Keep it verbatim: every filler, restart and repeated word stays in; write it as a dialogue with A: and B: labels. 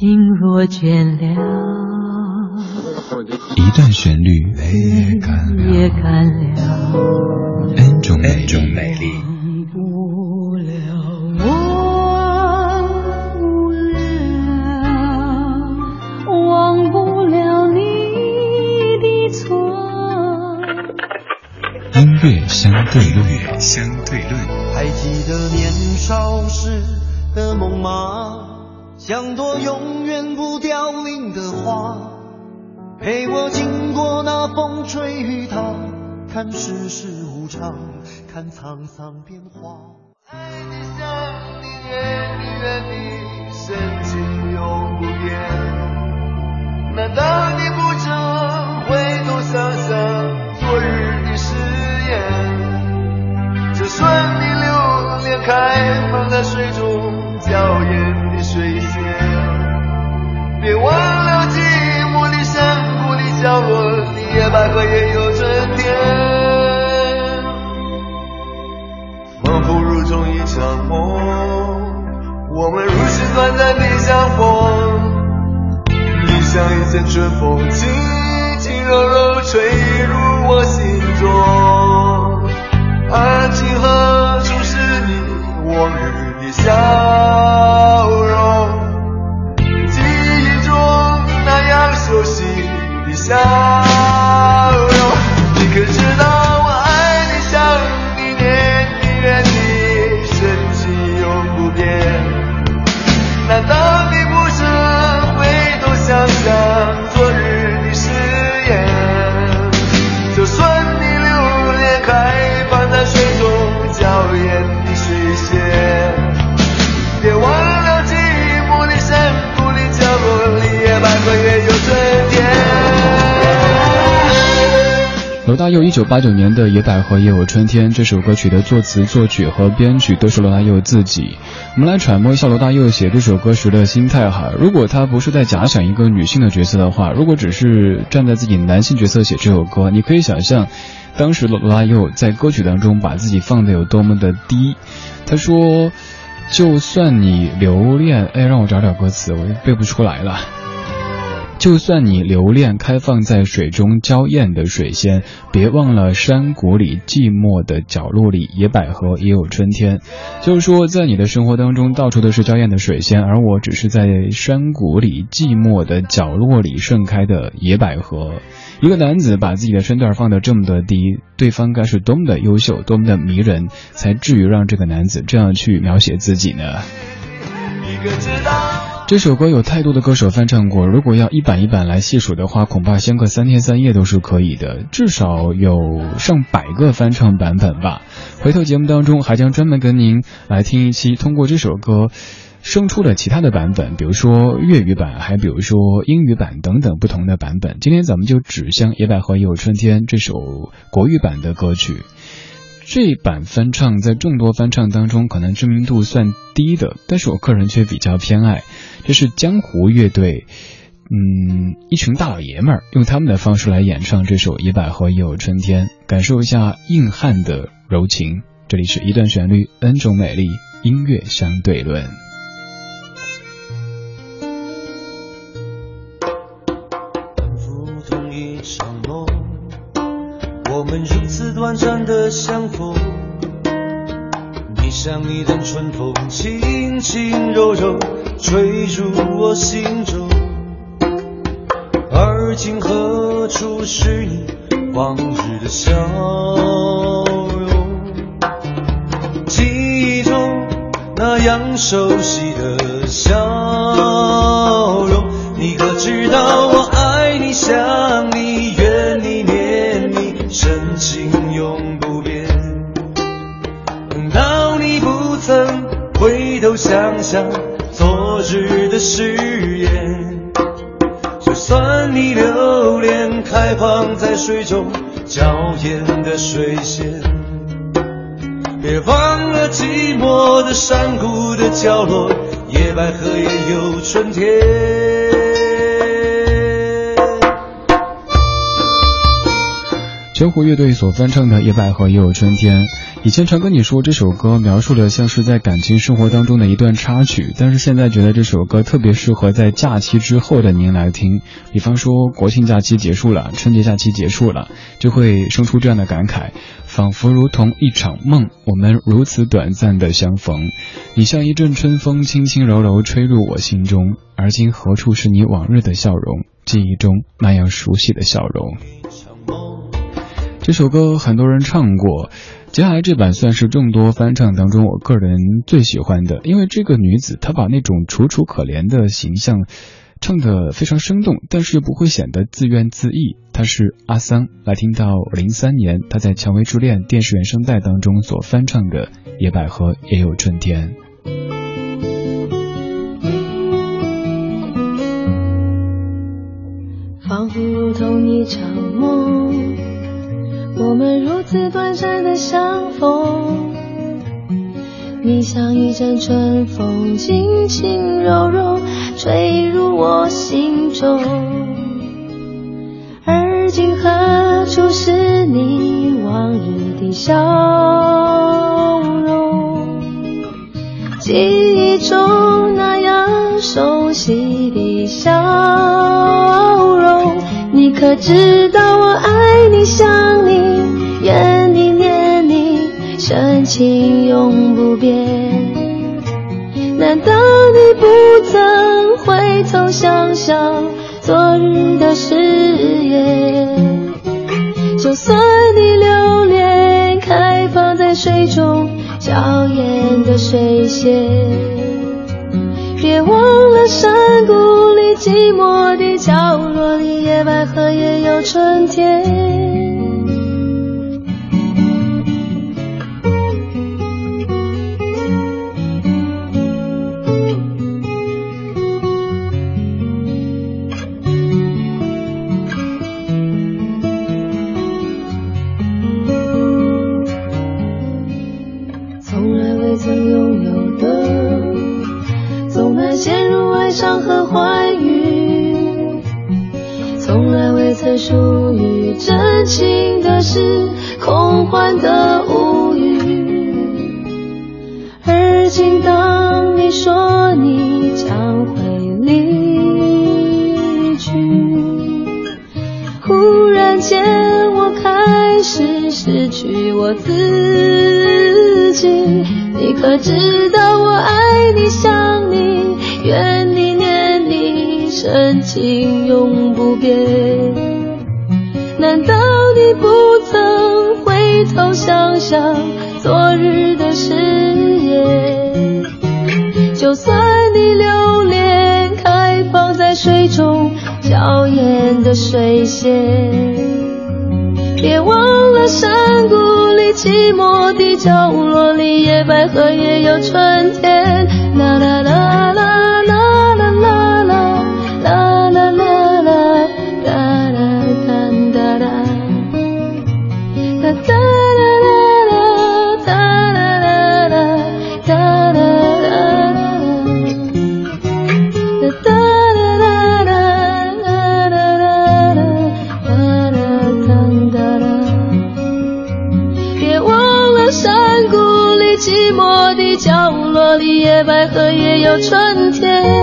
A: 心若倦了，
B: 一段旋律也干了，
A: 也干了
B: N 种美丽。
A: 忘不了你的错。
B: 音乐相对论，相对论。
C: 还记得年少时的梦吗？像朵永远不凋零的花，陪我经过那风吹雨打，看世事无常，看沧桑变化。爱你想你念你怨你，深情永不变。难道你不曾回头想想昨日的誓言？就算你留恋开放在水中娇艳的水仙，别忘了寂寞的山谷的角落里，野百合也有春天。仿佛如同一场梦，我们如此短暂的相逢，你像一阵春风，轻轻柔柔吹入我心中。而今何处是你往日的笑容？记忆中那样熟悉的笑容，你可知道我爱你想你念你怨你，深情永不变。难道你不曾回头想想昨日的誓言？就算你留恋开放在水中娇艳的水仙，别忘了寂寞的山谷的角落里，野百合也有春天。
D: 罗大佑一九八九年的《野百合也有春天》这首歌曲的作词作曲和编曲都是罗大佑自己。我们来揣摩一下罗大佑写这首歌时的心态哈。如果他不是在假想一个女性的角色的话，如果只是站在自己男性角色写这首歌，你可以想象当时罗大佑在歌曲当中把自己放得有多么的低。他说就算你留恋，哎，让我找找歌词，我背不出来了。就算你留恋开放在水中娇艳的水仙，别忘了山谷里寂寞的角落里，野百合也有春天。就是说在你的生活当中到处都是娇艳的水仙，而我只是在山谷里寂寞的角落里盛开的野百合。一个男子把自己的身段放得这么的低，对方该是多么的优秀多么的迷人，才至于让这个男子这样去描写自己呢？这首歌有太多的歌手翻唱过，如果要一版一版来细数的话，恐怕相隔三天三夜都是可以的，至少有上百个翻唱版本吧。回头节目当中还将专门跟您来听一期通过这首歌生出了其他的版本，比如说粤语版，还比如说英语版等等不同的版本。今天咱们就只向野百合也有春天这首国语版的歌曲。这版翻唱在众多翻唱当中可能知名度算低的，但是我个人却比较偏爱。这是江湖乐队嗯，一群大老爷们儿用他们的方式来演唱这首野百合也有春天，感受一下硬汉的柔情。这里是一段旋律 N 种美丽，音乐相对论。
C: 我们如此短暂的相逢，你像一阵春风，轻轻柔柔吹入我心中。而今何处是你往日的笑容？记忆中那样熟悉的笑容，你可知道我爱你想你怨你念你，深情永不变。等到你不曾回头想想昨日的誓言，就算你留恋开放在水中娇艳的水仙，别忘了寂寞的山谷的角落，野百合也有春天。
D: 玄狐乐队所翻唱的《野百合也有春天》。以前常跟你说这首歌描述的像是在感情生活当中的一段插曲，但是现在觉得这首歌特别适合在假期之后的您来听。比方说国庆假期结束了，春节假期结束了，就会生出这样的感慨，仿佛如同一场梦，我们如此短暂的相逢。你像一阵春风，轻轻柔柔吹入我心中，而今何处是你往日的笑容，记忆中那样熟悉的笑容。这首歌很多人唱过，接下来这版算是众多翻唱当中我个人最喜欢的，因为这个女子她把那种楚楚可怜的形象唱得非常生动，但是又不会显得自怨自艾。她是阿桑，来听到零三年她在《蔷薇之恋》电视原声带当中所翻唱的《野百合也有春天》。
A: 仿佛如同一场梦，我们如此短暂的相逢，你像一阵春风，轻轻柔柔吹入我心中，而今何处是你往日的笑容，记忆中那样熟悉的笑容，你可知道我爱你想你怨你念你，深情永不变。难道你不曾回头想想昨日的誓言？就算你留恋开放在水中娇艳的水仙，别忘了山谷里寂寞的角落里，野百合也有春天。从来未曾拥有的，总难陷入哀伤和欢愉，从来未曾属于真情的事，空幻的无语。而今当你说你将会离去，忽然间我开始失去我自己。你可知道我爱你想你怨你念你，深情永不变。难道你不曾回头想想昨日的誓言？就算你留恋开放在水中娇艳的水仙，别忘了山谷里寂寞的角落里，野百合也有春天。啦啦啦啦啦啦啦啦啦啦啦啦啦啦哒哒哒哒哒寂寞的角落里，野百合也有春天。